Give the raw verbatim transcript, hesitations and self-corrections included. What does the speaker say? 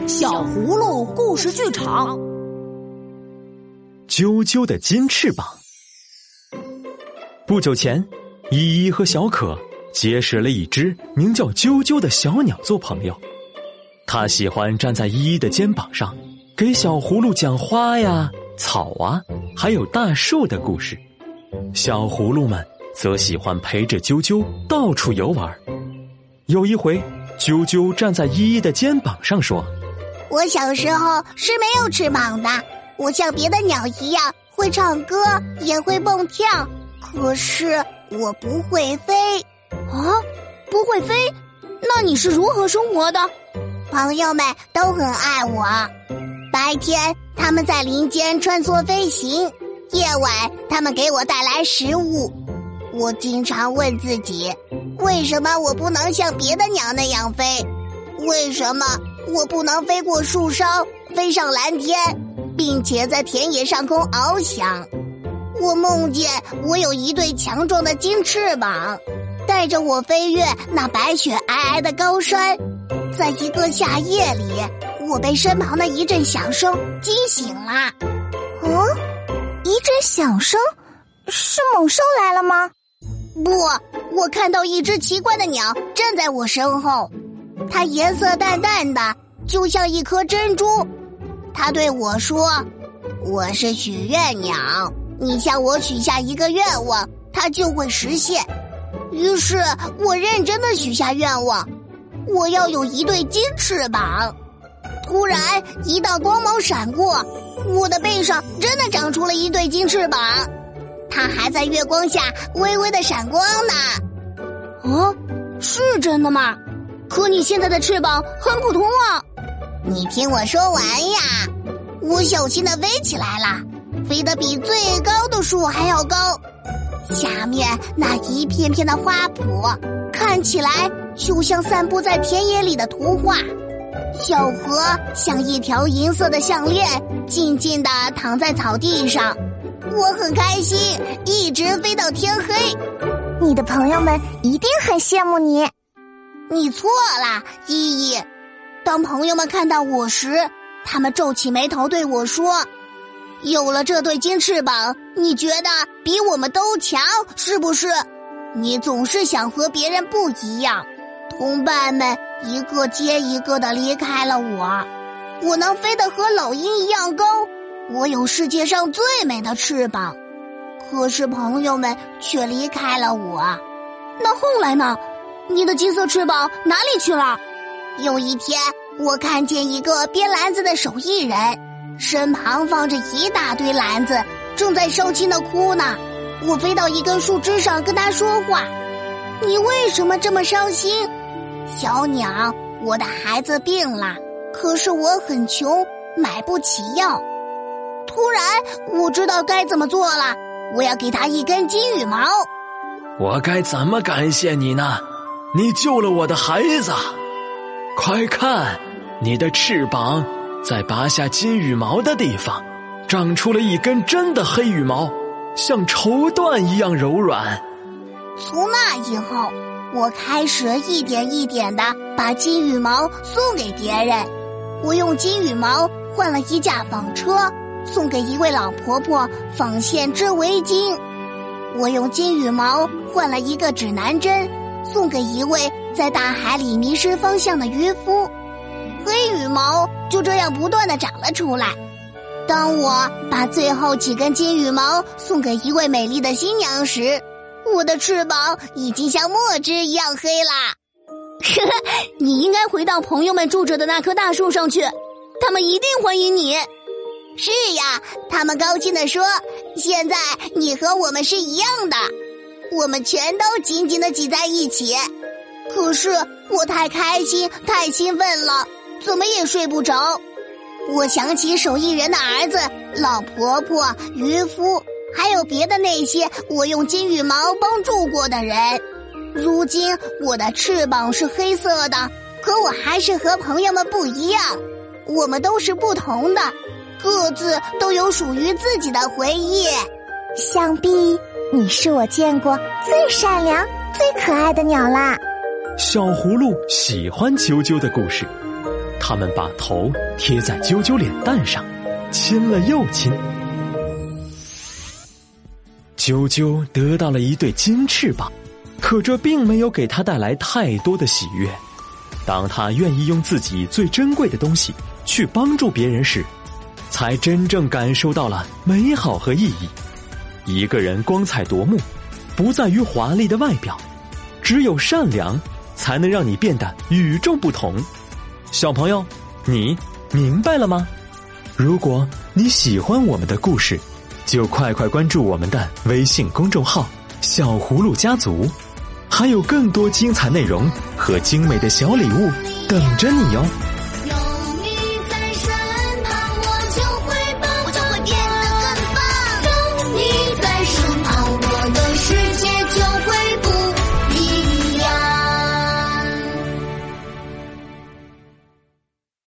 小葫芦故事剧场。 啾啾的金翅膀。不久前，依依和小可结识了一只名叫啾啾的小鸟做朋友。它喜欢站在依依的肩膀上，给小葫芦讲花呀、草啊，还有大树的故事。小葫芦们则喜欢陪着啾啾到处游玩。有一回，啾啾站在依依的肩膀上说： 我小时候是没有翅膀的，我像别的鸟一样会唱歌，也会蹦跳，可是我不会飞。 啊，不会飞？那你是如何生活的？ 朋友们都很爱我，白天他们在林间穿梭飞行，夜晚他们给我带来食物。我经常问自己，为什么我不能像别的鸟那样飞？为什么我不能飞过树梢，飞上蓝天，并且在田野上空翱翔？我梦见我有一对强壮的金翅膀，带着我飞越那白雪皑皑的高山。在一个夏夜里，我被身旁的一阵响声惊醒了。 哦，一阵响声？是猛兽来了吗？ 不，我看到一只奇怪的鸟站在我身后，它颜色淡淡的，就像一颗珍珠。它对我说：我是许愿鸟，你向我许下一个愿望，它就会实现。于是我认真的许下愿望，我要有一对金翅膀。突然一道光芒闪过，我的背上真的长出了一对金翅膀，它还在月光下微微的闪光呢。 哦，是真的吗？可你现在的翅膀很普通啊。 你听我说完呀，我小心地飞起来了，飞得比最高的树还要高。下面那一片片的花圃看起来就像散布在田野里的图画。小河像一条银色的项链，静静地躺在草地上。我很开心，一直飞到天黑。 你的朋友们一定很羡慕你。 你错了，依依。当朋友们看到我时，他们皱起眉头对我说：有了这对金翅膀，你觉得比我们都强，是不是？你总是想和别人不一样。同伴们一个接一个地离开了我，我能飞得和老鹰一样高，我有世界上最美的翅膀。可是朋友们却离开了我。 那后来呢？你的金色翅膀哪里去了？ 有一天，我看见一个编篮子的手艺人，身旁放着一大堆篮子，正在伤心地哭呢。我飞到一根树枝上跟他说话：你为什么这么伤心？小鸟，我的孩子病了，可是我很穷，买不起药。突然我知道该怎么做了，我要给他一根金羽毛。 我该怎么感谢你呢？你救了我的孩子。快看，你的翅膀在拔下金羽毛的地方长出了一根真的黑羽毛，像绸缎一样柔软。 从那以后，我开始一点一点地把金羽毛送给别人。我用金羽毛换了一架纺车，送给一位老婆婆纺线织围巾。我用金羽毛换了一个指南针，送给一位在大海里迷失方向的渔夫。黑羽毛就这样不断地长了出来。当我把最后几根金羽毛送给一位美丽的新娘时，我的翅膀已经像墨汁一样黑啦。 你应该回到朋友们住着的那棵大树上去，他们一定欢迎你。 是呀，他们高兴地说，现在你和我们是一样的。我们全都紧紧地挤在一起。可是我太开心，太兴奋了，怎么也睡不着。我想起手艺人的儿子、老婆婆、渔夫，还有别的那些我用金羽毛帮助过的人。如今我的翅膀是黑色的，可我还是和朋友们不一样。我们都是不同的，各自都有属于自己的回忆。 想必你是我见过最善良、最可爱的鸟啦。 小葫芦喜欢啾啾的故事， 他们把头贴在啾啾脸蛋上，亲了又亲。啾啾得到了一对金翅膀，可这并没有给他带来太多的喜悦。当他愿意用自己最珍贵的东西去帮助别人时，才真正感受到了美好和意义。一个人光彩夺目，不在于华丽的外表，只有善良才能让你变得与众不同。小朋友，你明白了吗？如果你喜欢我们的故事，就快快关注我们的微信公众号小葫芦家族，还有更多精彩内容和精美的小礼物等着你哟。